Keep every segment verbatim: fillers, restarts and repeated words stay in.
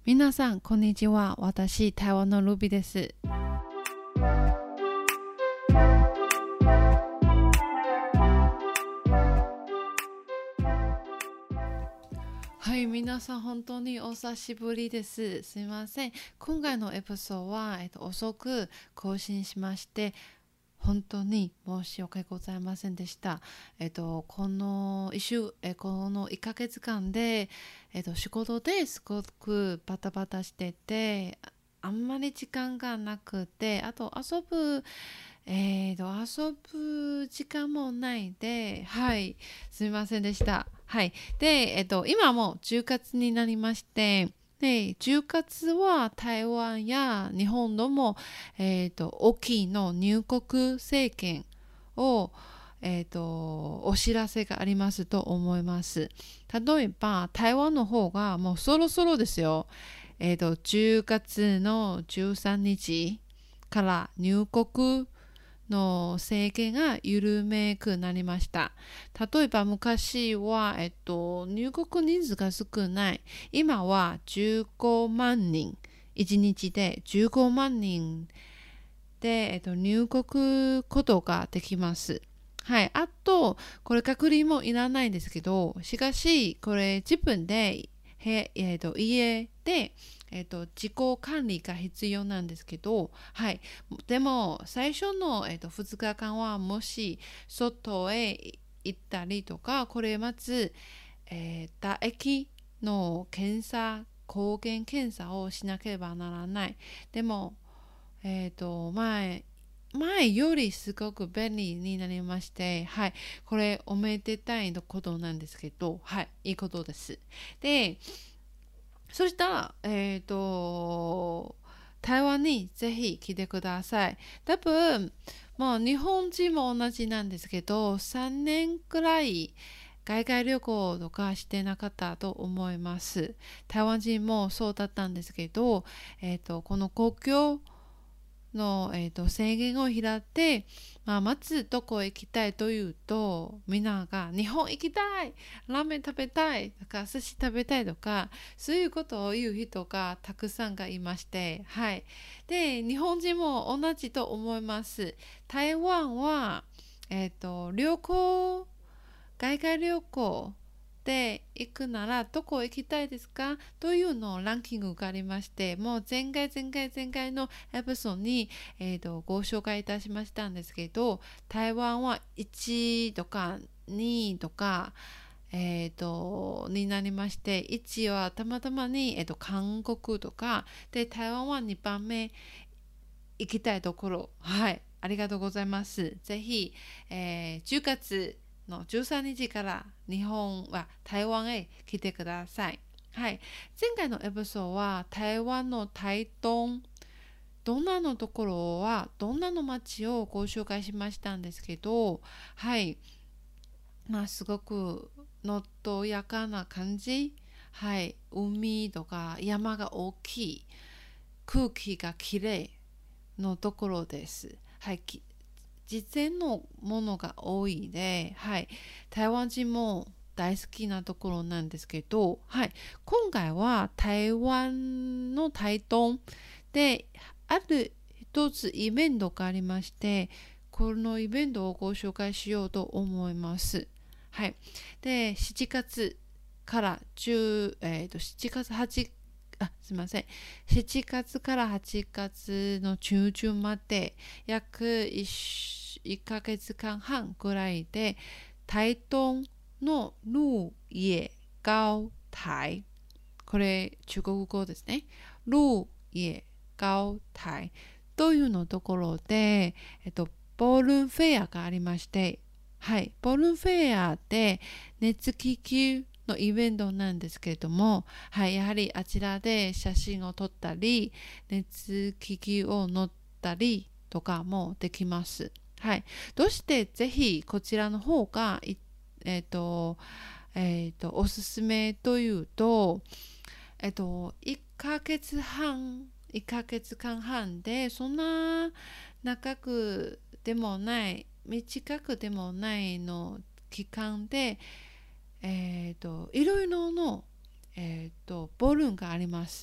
皆さんこんにちは。私台湾のルビです。はい、皆さん本当にお久しぶりです。すいません。今回のエピソードは、えっと、遅く更新しまして本当に申し訳ございませんでした。えっと、この一週、えこのいっかげつかんで、えっと、仕事ですごくバタバタしてて、あんまり時間がなくて、あと遊ぶ、えっと、遊ぶ時間もないで、はい、すみませんでした。はい。で、えっと、今もじゅうがつになりまして、で、じゅうがつは台湾や日本のも、えっと、大きいの入国制限を、えっと、お知らせがありますと思います。例えば、台湾の方がもうそろそろですよ。えっと、じゅうがつのじゅうさんにちから入国の制限が緩めくなりました。例えば昔は、えっと、入国人数が少ない。今はじゅうごまんにん。いちにちでじゅうごまんにんで、えっと、入国ことができます。はい。あと、これ隔離もいらないんですけど、しかし、これ自分で、へえっと、家で、えっと、自己管理が必要なんですけど、はい。でも、最初の、えっと、ふつかかんは、もし、外へ行ったりとか、これまず、えー、唾液の検査、抗原検査をしなければならない。でも、えっと、前、前よりすごく便利になりまして、はい。これ、おめでたいことなんですけど、はい。いいことです。で、そしたら、えっと、台湾にぜひ来てください。多分、まあ、日本人も同じなんですけど、さんねんくらい海外旅行とかしてなかったと思います。台湾人もそうだったんですけど、えっと、この国境の、えーと、制限を開って、まあ、まずどこへ行きたいというと、みんなが日本行きたい、ラーメン食べたいとか、寿司食べたいとか、そういうことを言う人がたくさんがいまして、はい。で、日本人も同じと思います。台湾は、えっと、旅行、海外旅行で行くならどこ行きたいですかというのランキングがありまして、もう前回前回前回のエピソードに、えーと、ご紹介いたしましたんですけど、台湾はいちとかにとか、えーと、になりまして、いちはたまたまに、えーと、韓国とか、で、台湾はにばんめ行きたいところ。はい。ありがとうございます。ぜひ、えーじゅうがつのじゅうさんにちから日本は台湾へ来てください。はい。前回のエピソードは台湾の台東、どんなのところは、どんなの街をご紹介しましたんですけど、はい。まあ、すごくのどやかな感じ。はい。海とか山が大きい。空気がきれいのところです。はい。実践のものが多いで、はい、台湾人も大好きなところなんですけど、はい、今回は台湾の台東である一つイベントがありまして、このイベントをご紹介しようと思います。はい、でしちがつからじゅう、えー、としちがつはちあすみませんしちがつからはちがつの中旬まで約 1, いっかげつかんはんぐらいで台東の鹿野高台、これ中国語ですね。鹿野高台というのところで、えっと、ボールンフェアがありまして、はい、ボールンフェアで熱気球のイベントなんですけれども、はい、やはりあちらで写真を撮ったり、熱気球を乗ったりとかもできます。はい、どうしてぜひこちらの方が、えっと、えっと、おすすめというと、えっと、いっかげつはん、いっかげつかんはんで、そんな長くでもない、短くでもないの期間で、えっと、いろいろの、えっと、ボールンがあります。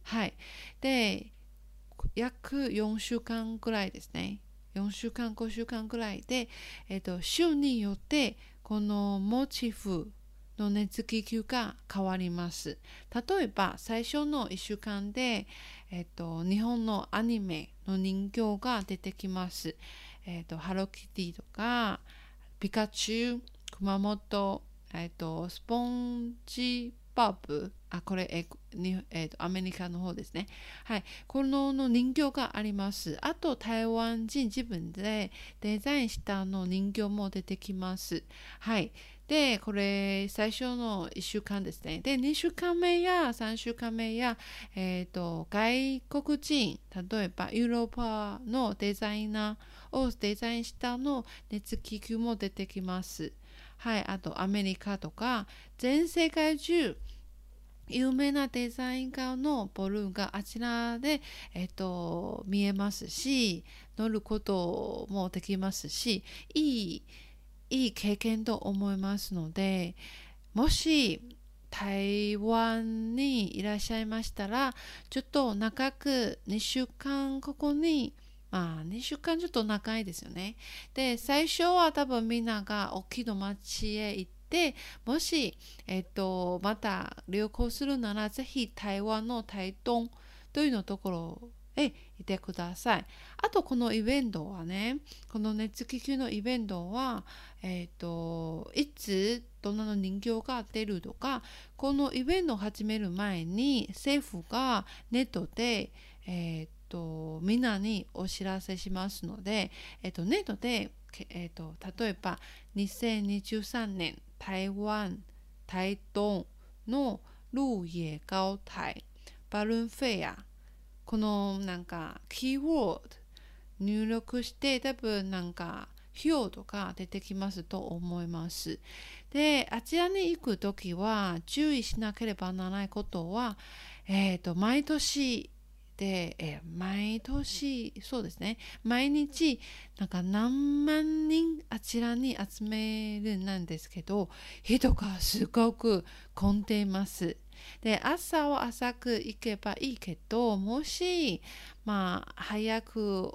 はい。で、約よんしゅうかんぐらいですね。よんしゅうかん、ごしゅうかんぐらいで、えっと、週によってこのモチーフの熱気球が変わります。例えば最初のいっしゅうかんで、えっと、日本のアニメの人形が出てきます。えっと、ハローキティとかピカチュウ、熊本、えっと、スポンジバブ、あ、これ、えにえっと、アメリカの方ですね。はい。このの人形があります。あと、台湾人自分でデザインしたの人形も出てきます。はい。で、これ、最初のいっしゅうかんですね。で、にしゅうかんめやさんしゅうかんめや、えっと、外国人、例えばヨーロッパのデザイナーをデザインしたの熱気球も出てきます。はい。あと、アメリカとか、全世界中、有名なデザイン家のボルーンがあちらで、えっと、見えますし、乗ることもできますし、いい、いい経験と思いますので、もし台湾にいらっしゃいましたら、ちょっと長くにしゅうかんここに、まあにしゅうかんちょっと長いですよね。で、最初は多分みんなが大きな町へ行って、もし、えっと、また旅行するなら、ぜひ台湾の台東というのところへいてください。あと、このイベントはね、この熱気球のイベントは、えっと、いつどんなの人形が出るとか、このイベントを始める前に政府がネットで、えっと、みんなにお知らせしますので、えっと、ネットで、えっと、例えばにせんにじゅうさんねん台湾台東の鹿野高台バルーンフェア、このなんかキーワード入力して多分なんか費用とか出てきますと思います。で、あちらに行くときは注意しなければならないことは、えっと、毎年で、えー毎年、そうですね、毎日なんか何万人あちらに集めるなんですけど、人がすごく混んでいます。で、朝は浅く行けばいいけど、もし、まあ、早く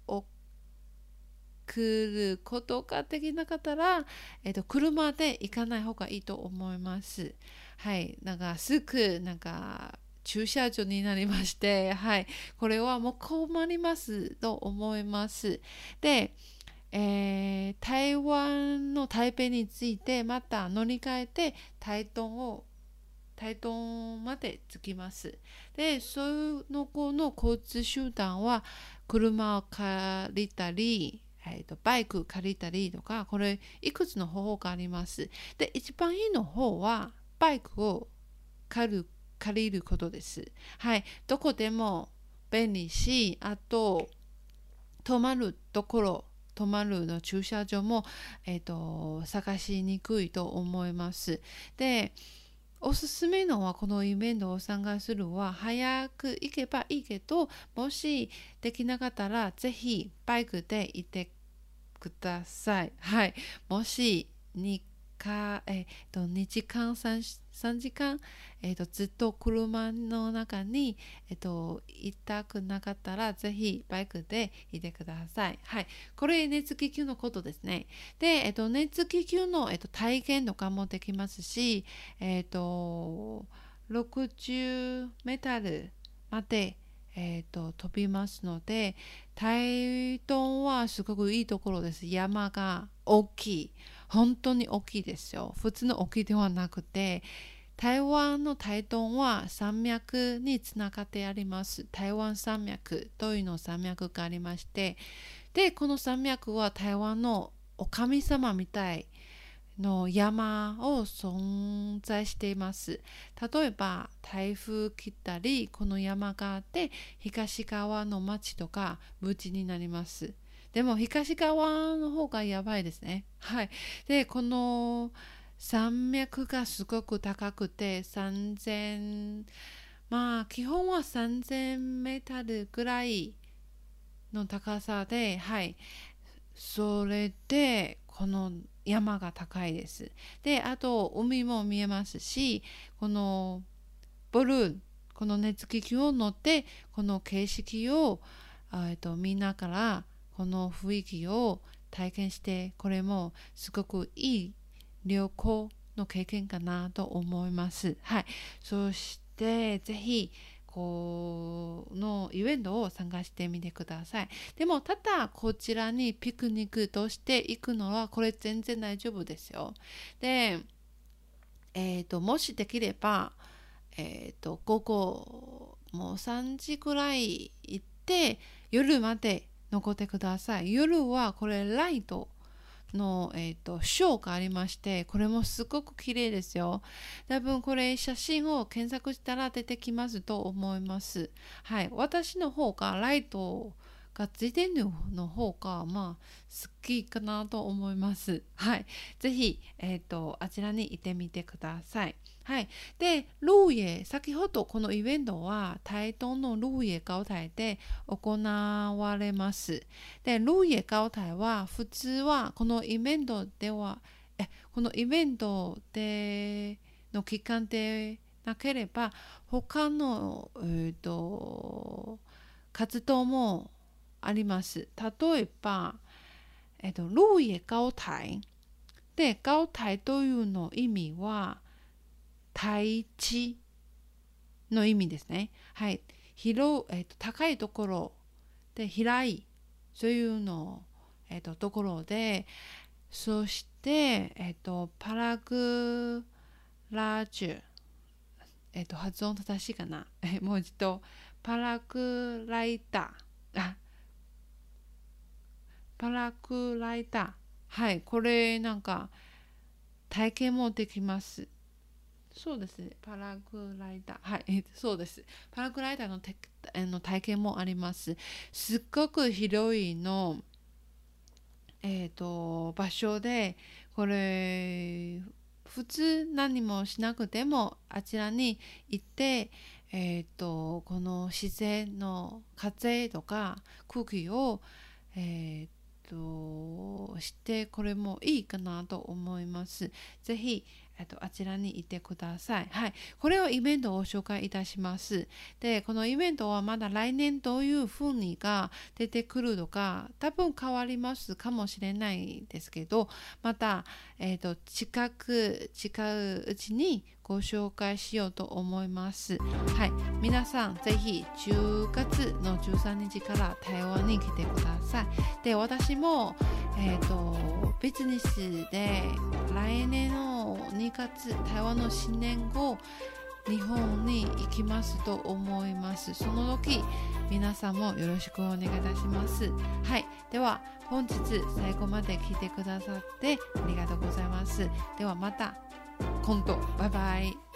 来ることができなかったら、えっと、車で行かない方がいいと思います。はい。なんか、すぐ、なんか、駐車場になりまして、はい。これはもう困りますと思います。で、えー台湾の台北についてまた乗り換えて台東を台東まで着きます。で、その後の交通手段は車を借りたり、えーと、バイク借りたりとか、これいくつの方法があります。で、一番いいの方はバイクを借る借りることです。はい。どこでも便利し、あと、泊まるところ、泊まるの駐車場も、えーと、探しにくいと思います。で、おすすめのはこのイベントを参加するは早く行けばいいけど、もしできなかったらぜひバイクで行ってください。はい。もしにか、えっと、にじかん、さん, さんじかん、えっと、ずっと車の中に、えっと、いたくなかったら、ぜひバイクで行ってください。はい。これ、熱気球のことですね。で、えっと、熱気球の、えっと、体験とかもできますし、えっと、ろくじゅうメートルまで、えっと、飛びますので、台東はすごくいいところです。山が大きい。本当に大きいですよ。普通の大きいではなくて、台湾の台東は山脈につながってあります。台湾山脈というの山脈がありまして、で、この山脈は台湾のお神様みたいの山を存在しています。例えば台風来たりこの山があって東側の町とか無事になります。でも東側の方がやばいですね。はい。で、この山脈がすごく高くてさんぜん、まあ基本はさんぜんメートルぐらいの高さで、はい。それでこの山が高いです。で、あと海も見えますし、このボルーン、 この熱気球を乗ってこの景色を、えっと、みんなからこの雰囲気を体験して、これもすごくいい旅行の経験かなと思います。はい。そしてぜひこのイベントを参加してみてください。でもただこちらにピクニックとして行くのはこれ全然大丈夫ですよ。で、えーと、もしできれば、えーと、午後もうさんじぐらい行って夜まで残ってください。夜はこれライトの、えーと、ショーがありまして、これもすごく綺麗ですよ。多分これ写真を検索したら出てきますと思います。はい、私の方がライトがついてるの方がまあ好きかなと思います。はい、ぜひ、えーと、あちらに行ってみてください。はい、で、ルーイエ、先ほどこのイベントは台東のルーイエ高台で行われます。で、ルーイエ高台は普通はこのイベントでは、え、このイベントでの期間でなければ、他の、えーと、活動もあります。例えば、えっと、ルーイエ高台で、高台というの意味は台地の意味ですね。はい。広、えっと、高いところで平い、そういうの、えっと、ところで、そして、えっと、パラグラジュ、えっと、発音正しいかな。もう一度、パラグライダー。あ、パラグライダー。はい、これなんか体験もできます。そうですね、パラグライダー。はい、そうです。パラグライダーのてあの体験もあります。すっごく広いの、えっと、場所で、これ、普通何もしなくてもあちらに行って、えっと、この自然の風とか空気を、えっと、してこれもいいかなと思います。ぜひ、えっと、あちらに行ってください。はい。これをイベントを紹介いたします。で、このイベントはまだ来年どういう風にが出てくるのか、多分変わりますかもしれないですけど、また、えっと、近く、近いうちにご紹介しようと思います。はい。皆さん、ぜひじゅうがつのじゅうさんにちから台湾に来てください。で、私も、えっと、ビジネスで来年のにがつ、台湾の新年後、日本に行きますと思います。その時、皆さんもよろしくお願いいたします。はい。では、本日最後まで聞いてくださってありがとうございます。ではまた今度。バイバイ。